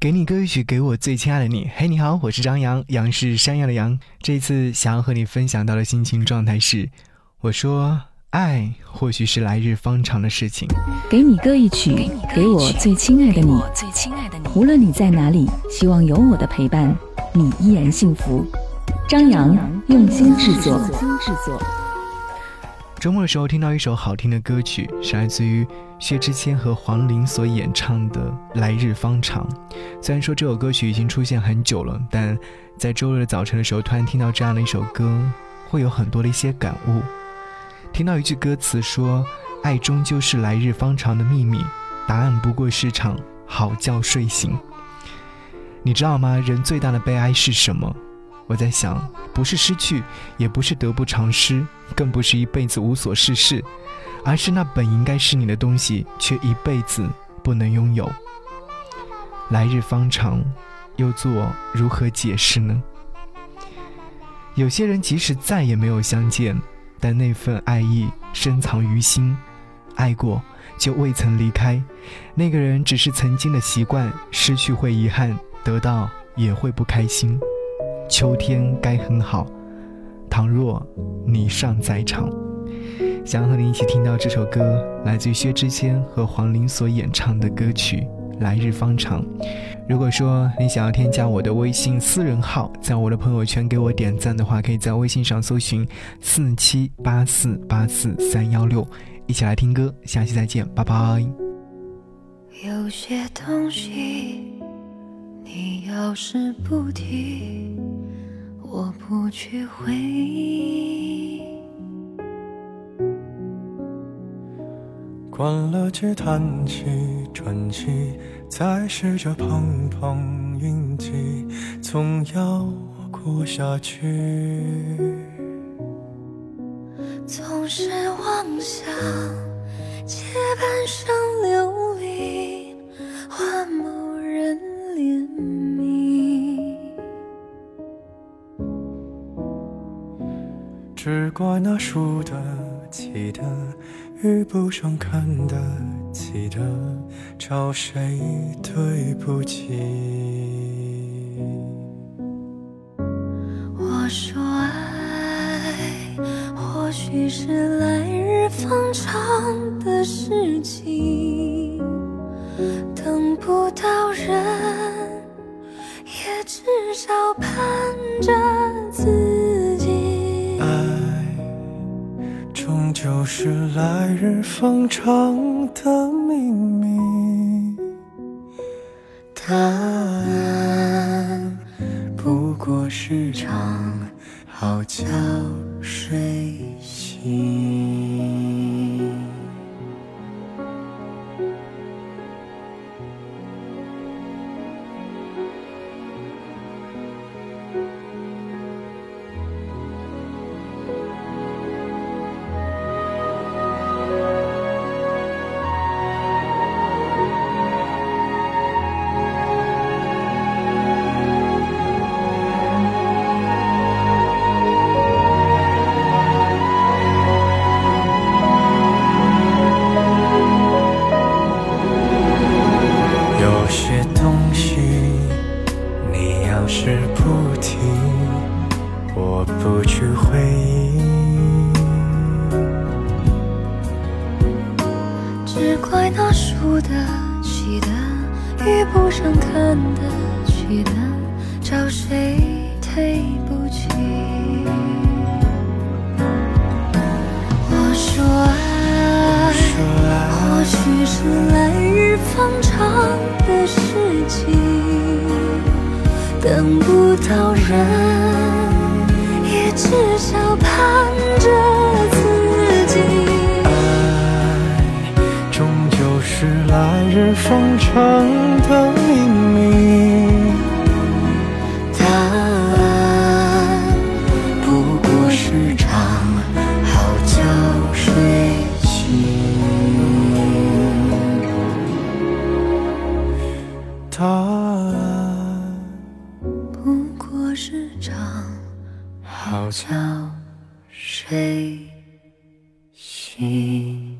给你歌曲，给我最亲爱的你。嘿，你好，我是张扬，杨是山羊的羊。这一次想要和你分享到的心情状态是，我说爱或许是来日方长的事情。 给你歌一曲，给我最亲爱的你。无论你在哪里，希望有我的陪伴，你依然幸福。张扬用心制作。 周末的时候听到一首好听的歌曲，是来自于薛之谦和黄龄所演唱的《来日方长》。虽然说这首歌曲已经出现很久了，但在周日的早晨的时候突然听到这样的一首歌，会有很多的一些感悟。听到一句歌词说，爱终究是来日方长的秘密，答案不过是场好觉睡醒。你知道吗？人最大的悲哀是什么？我在想，不是失去，也不是得不偿失，更不是一辈子无所事事，而是那本应该是你的东西，却一辈子不能拥有。来日方长，又作如何解释呢？有些人即使再也没有相见，但那份爱意深藏于心，爱过就未曾离开。那个人只是曾经的习惯，失去会遗憾，得到也会不开心。秋天该很好，倘若你尚在场。想和你一起听到这首歌，来自于薛之谦和黄龄所演唱的歌曲《来日方长》。如果说你想要添加我的微信私人号，在我的朋友圈给我点赞的话，可以在微信上搜寻4784843116，一起来听歌。下期再见，拜拜。 有些东西你要是不提，我不去回忆。 关了机弹起传奇，再试着碰碰运气，总要过下去。 总是妄想借半生流离换某人怜悯， 只怪那输得起的遇不上看得起的，找谁对不起？ 我说爱或许是来日方长的事情，等不到人，也至少盼着自己。 爱终究是来日方长的秘密，答案不过是场好觉睡醒。有些东西你要是不提，我不去回忆。 只怪那输得起的遇不上看得起的，找谁对不起？我说爱或许是来日方长的事情，等不到人，也至少盼着自己。 爱终究是来日方长的秘密， 答案不过是场好觉睡醒。 答案不过是场好觉睡醒。